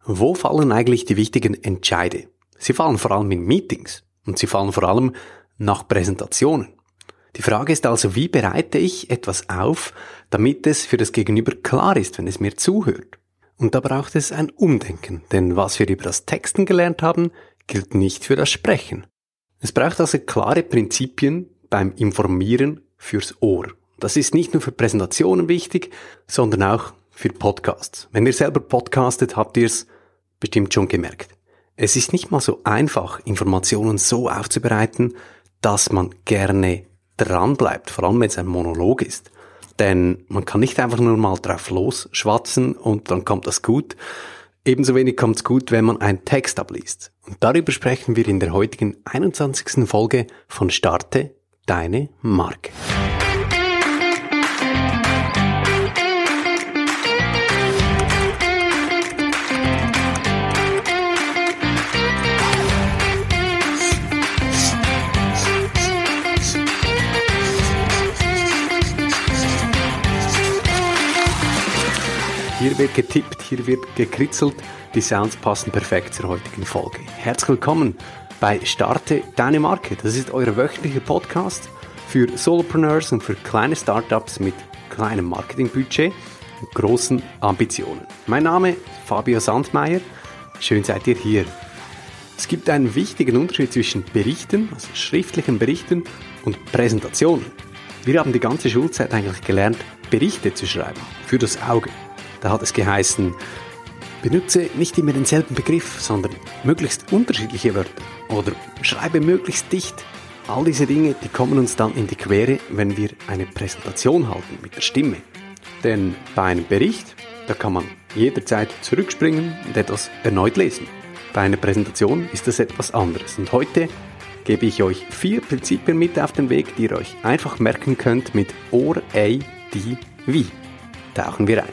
Wo fallen eigentlich die wichtigen Entscheide? Sie fallen vor allem in Meetings und sie fallen vor allem nach Präsentationen. Die Frage ist also, wie bereite ich etwas auf, damit es für das Gegenüber klar ist, wenn es mir zuhört? Und da braucht es ein Umdenken, denn was wir über das Texten gelernt haben, gilt nicht für das Sprechen. Es braucht also klare Prinzipien beim Informieren fürs Ohr. Das ist nicht nur für Präsentationen wichtig, sondern auch für Podcasts. Wenn ihr selber podcastet, habt ihr es bestimmt schon gemerkt. Es ist nicht mal so einfach, Informationen so aufzubereiten, dass man gerne dran bleibt, vor allem wenn es ein Monolog ist. Denn man kann nicht einfach nur mal drauf losschwatzen und dann kommt das gut. Ebenso wenig kommt es gut, wenn man einen Text abliest. Und darüber sprechen wir in der heutigen 21. Folge von Starte deine Marke. Hier wird getippt, hier wird gekritzelt, die Sounds passen perfekt zur heutigen Folge. Herzlich willkommen bei Starte deine Marke. Das ist euer wöchentlicher Podcast für Solopreneurs und für kleine Startups mit kleinem Marketingbudget und großen Ambitionen. Mein Name ist Fabio Sandmeier, schön seid ihr hier. Es gibt einen wichtigen Unterschied zwischen Berichten, also schriftlichen Berichten, und Präsentationen. Wir haben die ganze Schulzeit eigentlich gelernt, Berichte zu schreiben, für das Auge. Da hat es geheißen, benutze nicht immer denselben Begriff, sondern möglichst unterschiedliche Wörter oder schreibe möglichst dicht. All diese Dinge, die kommen uns dann in die Quere, wenn wir eine Präsentation halten mit der Stimme. Denn bei einem Bericht, da kann man jederzeit zurückspringen und etwas erneut lesen. Bei einer Präsentation ist das etwas anderes. Und heute gebe ich euch 4 Prinzipien mit auf den Weg, die ihr euch einfach merken könnt mit OR-A-D-V. Tauchen wir ein.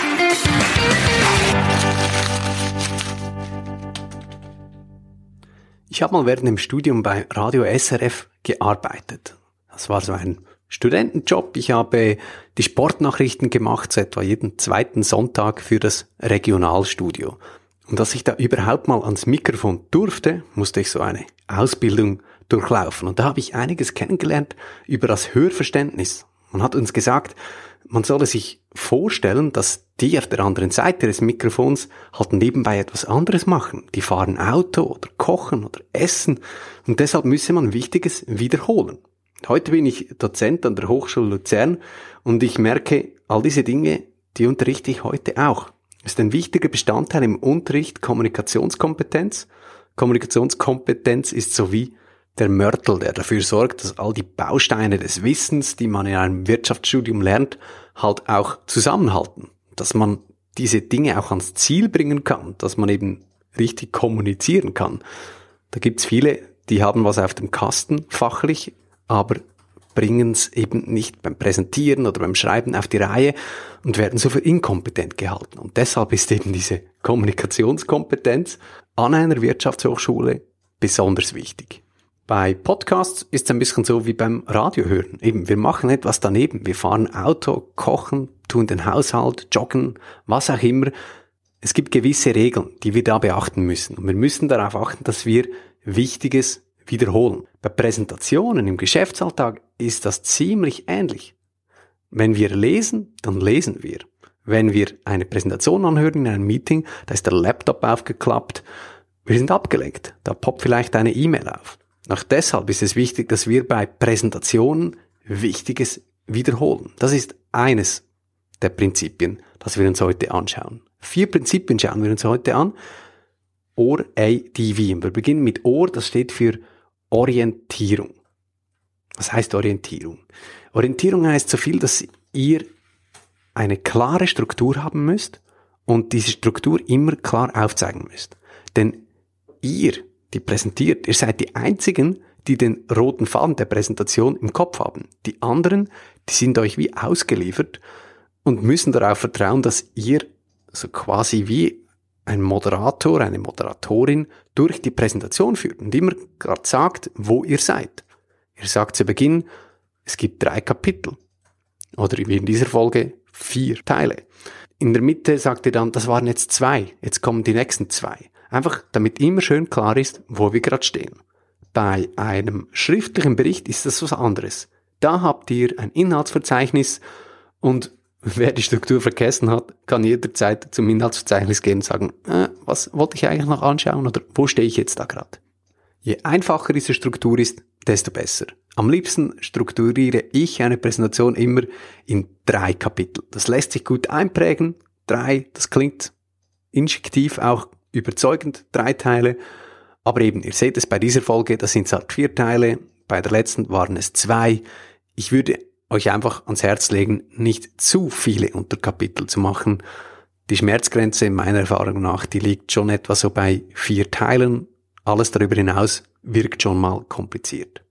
Ich habe mal während dem Studium bei Radio SRF gearbeitet. Das war so ein Studentenjob. Ich habe die Sportnachrichten gemacht, so etwa jeden zweiten Sonntag für das Regionalstudio. Und als ich da überhaupt mal ans Mikrofon durfte, musste ich so eine Ausbildung durchlaufen. Und da habe ich einiges kennengelernt über das Hörverständnis. Man hat uns gesagt, man solle sich vorstellen, dass die auf der anderen Seite des Mikrofons halt nebenbei etwas anderes machen. Die fahren Auto oder kochen oder essen und deshalb müsse man Wichtiges wiederholen. Heute bin ich Dozent an der Hochschule Luzern und ich merke, all diese Dinge, die unterrichte ich heute auch. Es ist ein wichtiger Bestandteil im Unterricht Kommunikationskompetenz. Kommunikationskompetenz ist so wie der Mörtel, der dafür sorgt, dass all die Bausteine des Wissens, die man in einem Wirtschaftsstudium lernt, halt auch zusammenhalten. Dass man diese Dinge auch ans Ziel bringen kann, dass man eben richtig kommunizieren kann. Da gibt's viele, die haben was auf dem Kasten fachlich, aber bringen es eben nicht beim Präsentieren oder beim Schreiben auf die Reihe und werden so für inkompetent gehalten. Und deshalb ist eben diese Kommunikationskompetenz an einer Wirtschaftshochschule besonders wichtig. Bei Podcasts ist es ein bisschen so wie beim Radiohören. Eben, wir machen etwas daneben. Wir fahren Auto, kochen, tun den Haushalt, joggen, was auch immer. Es gibt gewisse Regeln, die wir da beachten müssen. Und wir müssen darauf achten, dass wir Wichtiges wiederholen. Bei Präsentationen im Geschäftsalltag ist das ziemlich ähnlich. Wenn wir lesen, dann lesen wir. Wenn wir eine Präsentation anhören in einem Meeting, da ist der Laptop aufgeklappt. Wir sind abgelenkt. Da poppt vielleicht eine E-Mail auf. Auch deshalb ist es wichtig, dass wir bei Präsentationen Wichtiges wiederholen. Das ist eines der Prinzipien, das wir uns heute anschauen. 4 Prinzipien schauen wir uns heute an. OR-A-D-V. Wir beginnen mit OR, das steht für Orientierung. Was heißt Orientierung? Orientierung heißt so viel, dass ihr eine klare Struktur haben müsst und diese Struktur immer klar aufzeigen müsst. Denn ihr, die präsentiert, ihr seid die Einzigen, die den roten Faden der Präsentation im Kopf haben. Die anderen, die sind euch wie ausgeliefert und müssen darauf vertrauen, dass ihr so quasi wie ein Moderator, eine Moderatorin durch die Präsentation führt und immer gerade sagt, wo ihr seid. Ihr sagt zu Beginn, es gibt 3 Kapitel oder wie in dieser Folge 4 Teile. in der Mitte sagt ihr dann, das waren jetzt 2, jetzt kommen die nächsten 2. Einfach, damit immer schön klar ist, wo wir gerade stehen. Bei einem schriftlichen Bericht ist das was anderes. Da habt ihr ein Inhaltsverzeichnis und wer die Struktur vergessen hat, kann jederzeit zum Inhaltsverzeichnis gehen und sagen, was wollte ich eigentlich noch anschauen oder wo stehe ich jetzt da gerade? Je einfacher diese Struktur ist, desto besser. Am liebsten strukturiere ich eine Präsentation immer in 3 Kapitel. Das lässt sich gut einprägen. 3, das klingt injektiv, auch überzeugend, 3 Teile. Aber eben, ihr seht es bei dieser Folge, das sind halt 4 Teile. Bei der letzten waren es 2. Ich würde euch einfach ans Herz legen, nicht zu viele Unterkapitel zu machen. Die Schmerzgrenze meiner Erfahrung nach, die liegt schon etwa so bei 4 Teilen. Alles darüber hinaus wirkt schon mal kompliziert.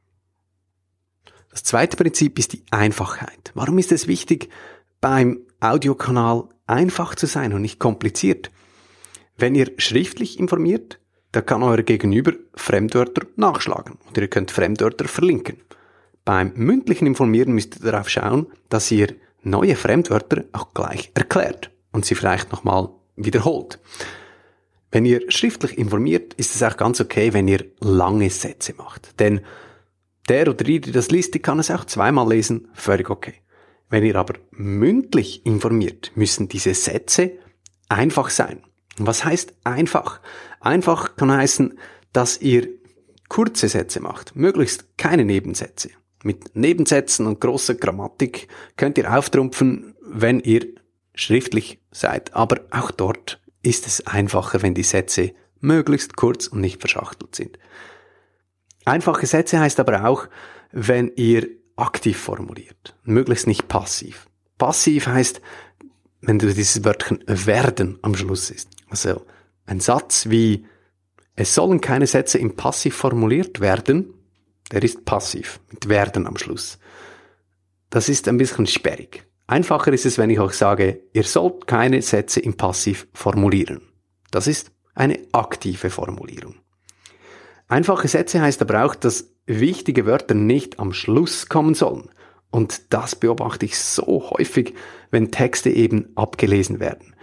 Das zweite Prinzip ist die Einfachheit. Warum ist es wichtig, beim Audiokanal einfach zu sein und nicht kompliziert? Wenn ihr schriftlich informiert, da kann euer Gegenüber Fremdwörter nachschlagen und ihr könnt Fremdwörter verlinken. Beim mündlichen Informieren müsst ihr darauf schauen, dass ihr neue Fremdwörter auch gleich erklärt und sie vielleicht nochmal wiederholt. Wenn ihr schriftlich informiert, ist es auch ganz okay, wenn ihr lange Sätze macht. Denn der oder die das liest, die kann es auch 2-mal lesen, völlig okay. Wenn ihr aber mündlich informiert, müssen diese Sätze einfach sein. Und was heißt einfach? Einfach kann heißen, dass ihr kurze Sätze macht, möglichst keine Nebensätze. Mit Nebensätzen und großer Grammatik könnt ihr auftrumpfen, wenn ihr schriftlich seid. Aber auch dort ist es einfacher, wenn die Sätze möglichst kurz und nicht verschachtelt sind. Einfache Sätze heißt aber auch, wenn ihr aktiv formuliert, möglichst nicht passiv. Passiv heißt, wenn du dieses Wörtchen werden am Schluss ist. Also ein Satz wie, es sollen keine Sätze im Passiv formuliert werden, der ist passiv, mit werden am Schluss. Das ist ein bisschen sperrig. Einfacher ist es, wenn ich euch sage, ihr sollt keine Sätze im Passiv formulieren. Das ist eine aktive Formulierung. Einfache Sätze heißt aber auch, dass wichtige Wörter nicht am Schluss kommen sollen. Und das beobachte ich so häufig, wenn Texte eben abgelesen werden.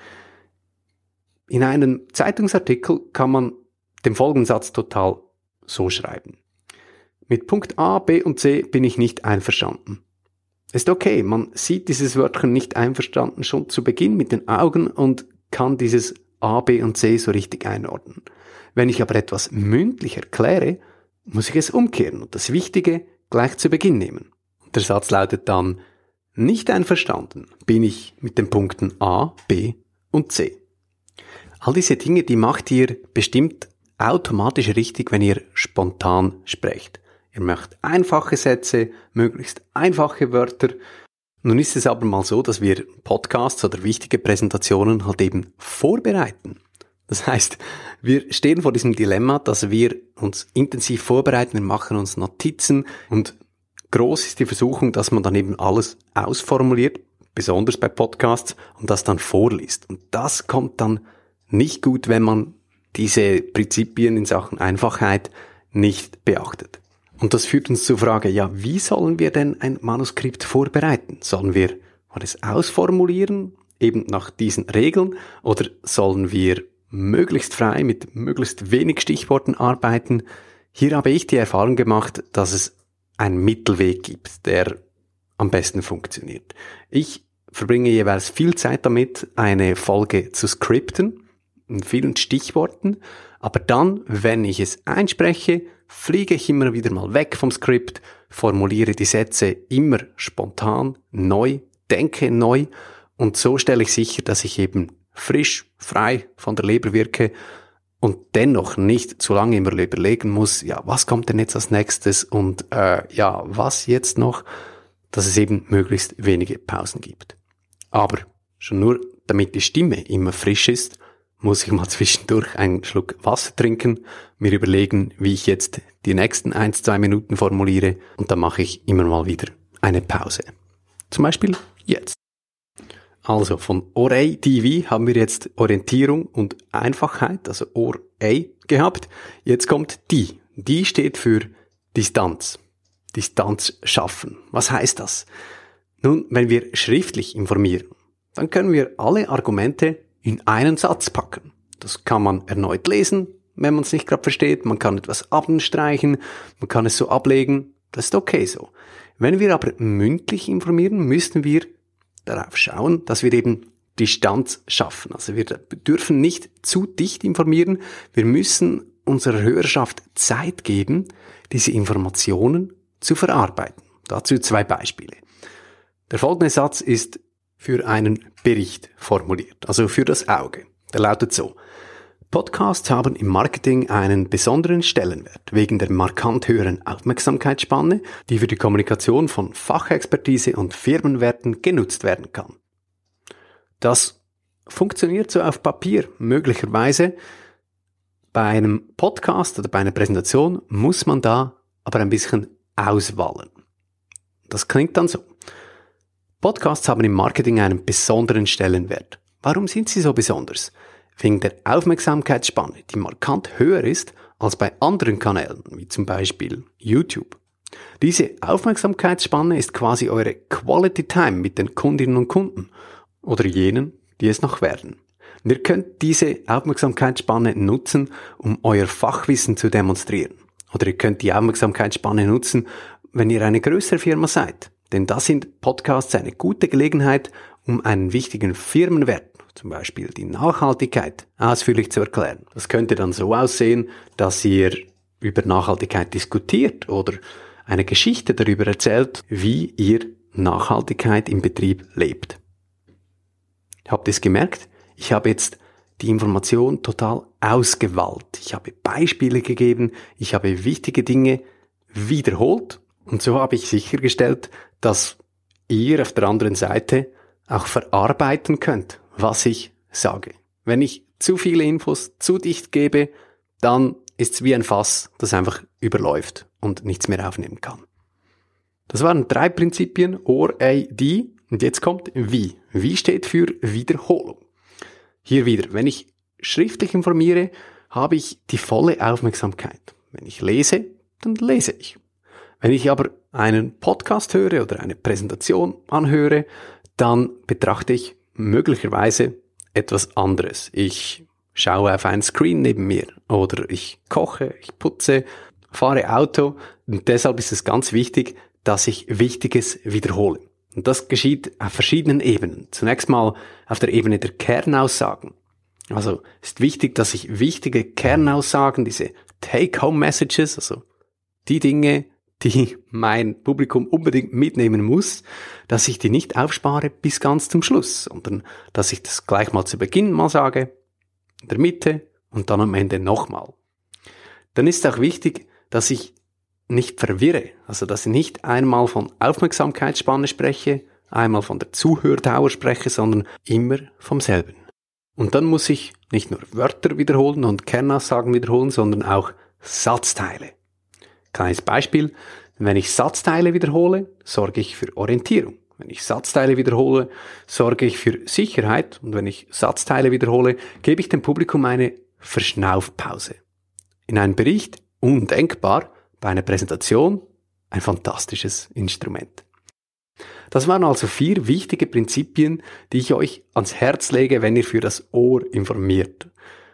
In einem Zeitungsartikel kann man den folgenden Satz total so schreiben. Mit Punkt A, B und C bin ich nicht einverstanden. Ist okay, man sieht dieses Wörtchen nicht einverstanden schon zu Beginn mit den Augen und kann dieses A, B und C so richtig einordnen. Wenn ich aber etwas mündlich erkläre, muss ich es umkehren und das Wichtige gleich zu Beginn nehmen. Und der Satz lautet dann, nicht einverstanden bin ich mit den Punkten A, B und C. All diese Dinge, die macht ihr bestimmt automatisch richtig, wenn ihr spontan sprecht. Ihr möchtet einfache Sätze, möglichst einfache Wörter. Nun ist es aber mal so, dass wir Podcasts oder wichtige Präsentationen halt eben vorbereiten. Das heißt, wir stehen vor diesem Dilemma, dass wir uns intensiv vorbereiten, wir machen uns Notizen und groß ist die Versuchung, dass man dann eben alles ausformuliert, besonders bei Podcasts, und das dann vorliest. Und das kommt dann nicht gut, wenn man diese Prinzipien in Sachen Einfachheit nicht beachtet. Und das führt uns zur Frage, ja, wie sollen wir denn ein Manuskript vorbereiten? Sollen wir alles ausformulieren, eben nach diesen Regeln, oder sollen wir möglichst frei mit möglichst wenig Stichworten arbeiten? Hier habe ich die Erfahrung gemacht, dass es einen Mittelweg gibt, der am besten funktioniert. Ich verbringe jeweils viel Zeit damit, eine Folge zu skripten, in vielen Stichworten, aber dann, wenn ich es einspreche, fliege ich immer wieder mal weg vom Skript, formuliere die Sätze immer spontan, neu, denke neu und so stelle ich sicher, dass ich eben frisch, frei von der Leber wirke und dennoch nicht zu lange immer überlegen muss, ja, was kommt denn jetzt als nächstes und was jetzt noch, dass es eben möglichst wenige Pausen gibt. Aber schon nur, damit die Stimme immer frisch ist, muss ich mal zwischendurch einen Schluck Wasser trinken, mir überlegen, wie ich jetzt die nächsten 1-2 Minuten formuliere und dann mache ich immer mal wieder eine Pause. Zum Beispiel jetzt. Also von OREI TV haben wir jetzt Orientierung und Einfachheit, also OREI gehabt. Jetzt kommt die. Die steht für Distanz. Distanz schaffen. Was heißt das? Nun, wenn wir schriftlich informieren, dann können wir alle Argumente in einen Satz packen. Das kann man erneut lesen, wenn man es nicht gerade versteht. Man kann etwas abstreichen, man kann es so ablegen. Das ist okay so. Wenn wir aber mündlich informieren, müssen wir darauf schauen, dass wir eben Distanz schaffen. Also wir dürfen nicht zu dicht informieren. Wir müssen unserer Hörerschaft Zeit geben, diese Informationen zu verarbeiten. Dazu 2 Beispiele. Der folgende Satz ist für einen Bericht formuliert, also für das Auge. Der lautet so: Podcasts haben im Marketing einen besonderen Stellenwert wegen der markant höheren Aufmerksamkeitsspanne, die für die Kommunikation von Fachexpertise und Firmenwerten genutzt werden kann. Das funktioniert so auf Papier. Möglicherweise bei einem Podcast oder bei einer Präsentation muss man da aber ein bisschen auswählen. Das klingt dann so: Podcasts haben im Marketing einen besonderen Stellenwert. Warum sind sie so besonders? Wegen der Aufmerksamkeitsspanne, die markant höher ist als bei anderen Kanälen, wie zum Beispiel YouTube. Diese Aufmerksamkeitsspanne ist quasi eure Quality Time mit den Kundinnen und Kunden oder jenen, die es noch werden. Und ihr könnt diese Aufmerksamkeitsspanne nutzen, um euer Fachwissen zu demonstrieren. Oder ihr könnt die Aufmerksamkeitsspanne nutzen, wenn ihr eine größere Firma seid. Denn da sind Podcasts eine gute Gelegenheit, um einen wichtigen Firmenwert, zum Beispiel die Nachhaltigkeit, ausführlich zu erklären. Das könnte dann so aussehen, dass ihr über Nachhaltigkeit diskutiert oder eine Geschichte darüber erzählt, wie ihr Nachhaltigkeit im Betrieb lebt. Habt ihr es gemerkt? Ich habe jetzt die Information total ausgewählt. Ich habe Beispiele gegeben, ich habe wichtige Dinge wiederholt und so habe ich sichergestellt, dass ihr auf der anderen Seite auch verarbeiten könnt, was ich sage. Wenn ich zu viele Infos zu dicht gebe, dann ist es wie ein Fass, das einfach überläuft und nichts mehr aufnehmen kann. Das waren 3 Prinzipien, OR, A, D. Und jetzt kommt Wie. Wie steht für Wiederholung. Hier wieder, wenn ich schriftlich informiere, habe ich die volle Aufmerksamkeit. Wenn ich lese, dann lese ich. Wenn ich aber einen Podcast höre oder eine Präsentation anhöre, dann betrachte ich möglicherweise etwas anderes. Ich schaue auf einen Screen neben mir oder ich koche, ich putze, fahre Auto und deshalb ist es ganz wichtig, dass ich Wichtiges wiederhole. Und das geschieht auf verschiedenen Ebenen. Zunächst mal auf der Ebene der Kernaussagen. Also ist wichtig, dass ich wichtige Kernaussagen, diese Take-Home-Messages, also die Dinge, die mein Publikum unbedingt mitnehmen muss, dass ich die nicht aufspare bis ganz zum Schluss, sondern dass ich das gleich mal zu Beginn mal sage, in der Mitte und dann am Ende nochmal. Dann ist auch wichtig, dass ich nicht verwirre, also dass ich nicht einmal von Aufmerksamkeitsspanne spreche, einmal von der Zuhördauer spreche, sondern immer vom selben. Und dann muss ich nicht nur Wörter wiederholen und Kernaussagen wiederholen, sondern auch Satzteile. Kleines Beispiel: Wenn ich Satzteile wiederhole, sorge ich für Orientierung. Wenn ich Satzteile wiederhole, sorge ich für Sicherheit. Und wenn ich Satzteile wiederhole, gebe ich dem Publikum eine Verschnaufpause. In einem Bericht undenkbar, bei einer Präsentation ein fantastisches Instrument. Das waren also 4 wichtige Prinzipien, die ich euch ans Herz lege, wenn ihr für das Ohr informiert.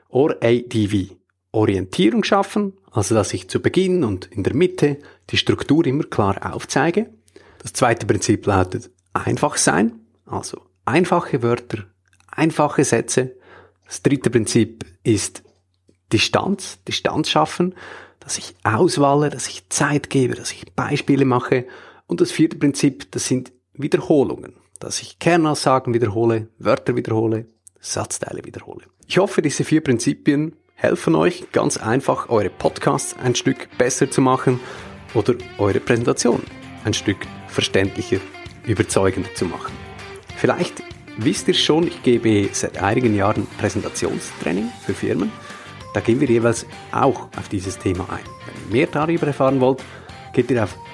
OR-ADV. Orientierung schaffen, also dass ich zu Beginn und in der Mitte die Struktur immer klar aufzeige. Das 2. Prinzip lautet einfach sein, also einfache Wörter, einfache Sätze. Das 3. Prinzip ist Distanz schaffen, dass ich auswähle, dass ich Zeit gebe, dass ich Beispiele mache. Und das 4. Prinzip, das sind Wiederholungen, dass ich Kernaussagen wiederhole, Wörter wiederhole, Satzteile wiederhole. Ich hoffe, diese 4 Prinzipien helfen euch, ganz einfach eure Podcasts ein Stück besser zu machen oder eure Präsentation ein Stück verständlicher, überzeugender zu machen. Vielleicht wisst ihr schon, ich gebe seit einigen Jahren Präsentationstraining für Firmen. Da gehen wir jeweils auch auf dieses Thema ein. Wenn ihr mehr darüber erfahren wollt, geht ihr auf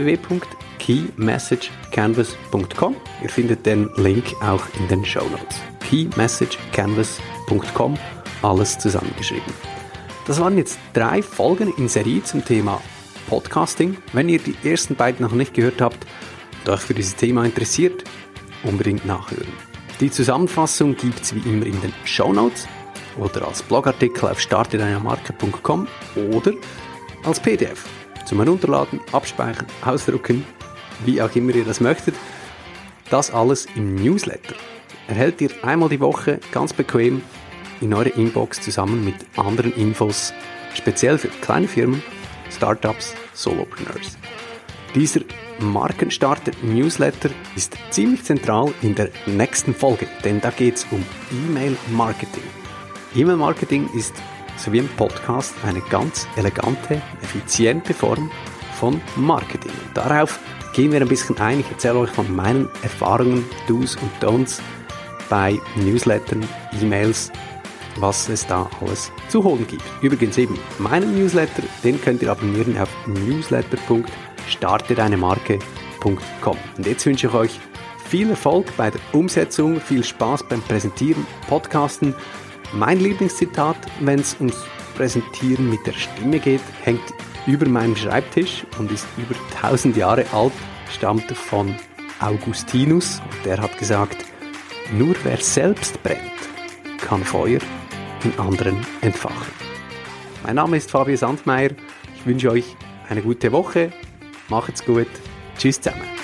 www.keymessagecanvas.com. Ihr findet den Link auch in den Shownotes. keymessagecanvas.com, alles zusammengeschrieben. Das waren jetzt 3 Folgen in Serie zum Thema Podcasting. Wenn ihr die ersten beiden noch nicht gehört habt und euch für dieses Thema interessiert, unbedingt nachhören. Die Zusammenfassung gibt's wie immer in den Shownotes oder als Blogartikel auf startedeinemarke.com oder als PDF zum Herunterladen, Abspeichern, Ausdrucken, wie auch immer ihr das möchtet. Das alles im Newsletter. Erhält ihr einmal die Woche ganz bequem in eure Inbox zusammen mit anderen Infos, speziell für kleine Firmen, Startups, Solopreneurs. Dieser Markenstarter-Newsletter ist ziemlich zentral in der nächsten Folge, denn da geht es um E-Mail-Marketing. E-Mail-Marketing ist, so wie im Podcast, eine ganz elegante, effiziente Form von Marketing. Und darauf gehen wir ein bisschen ein. Ich erzähle euch von meinen Erfahrungen, Do's und Don'ts bei Newslettern, E-Mails, was es da alles zu holen gibt. Übrigens eben meinen Newsletter, den könnt ihr abonnieren auf newsletter.startedeinemarke.com. Und jetzt wünsche ich euch viel Erfolg bei der Umsetzung, viel Spaß beim Präsentieren, Podcasten. Mein Lieblingszitat, wenn es ums Präsentieren mit der Stimme geht, hängt über meinem Schreibtisch und ist über 1000 Jahre alt, stammt von Augustinus. Der hat gesagt, nur wer selbst brennt, kann Feuer in anderen entfachen. Mein Name ist Fabio Sandmeier. Ich wünsche euch eine gute Woche. Macht's gut. Tschüss zusammen.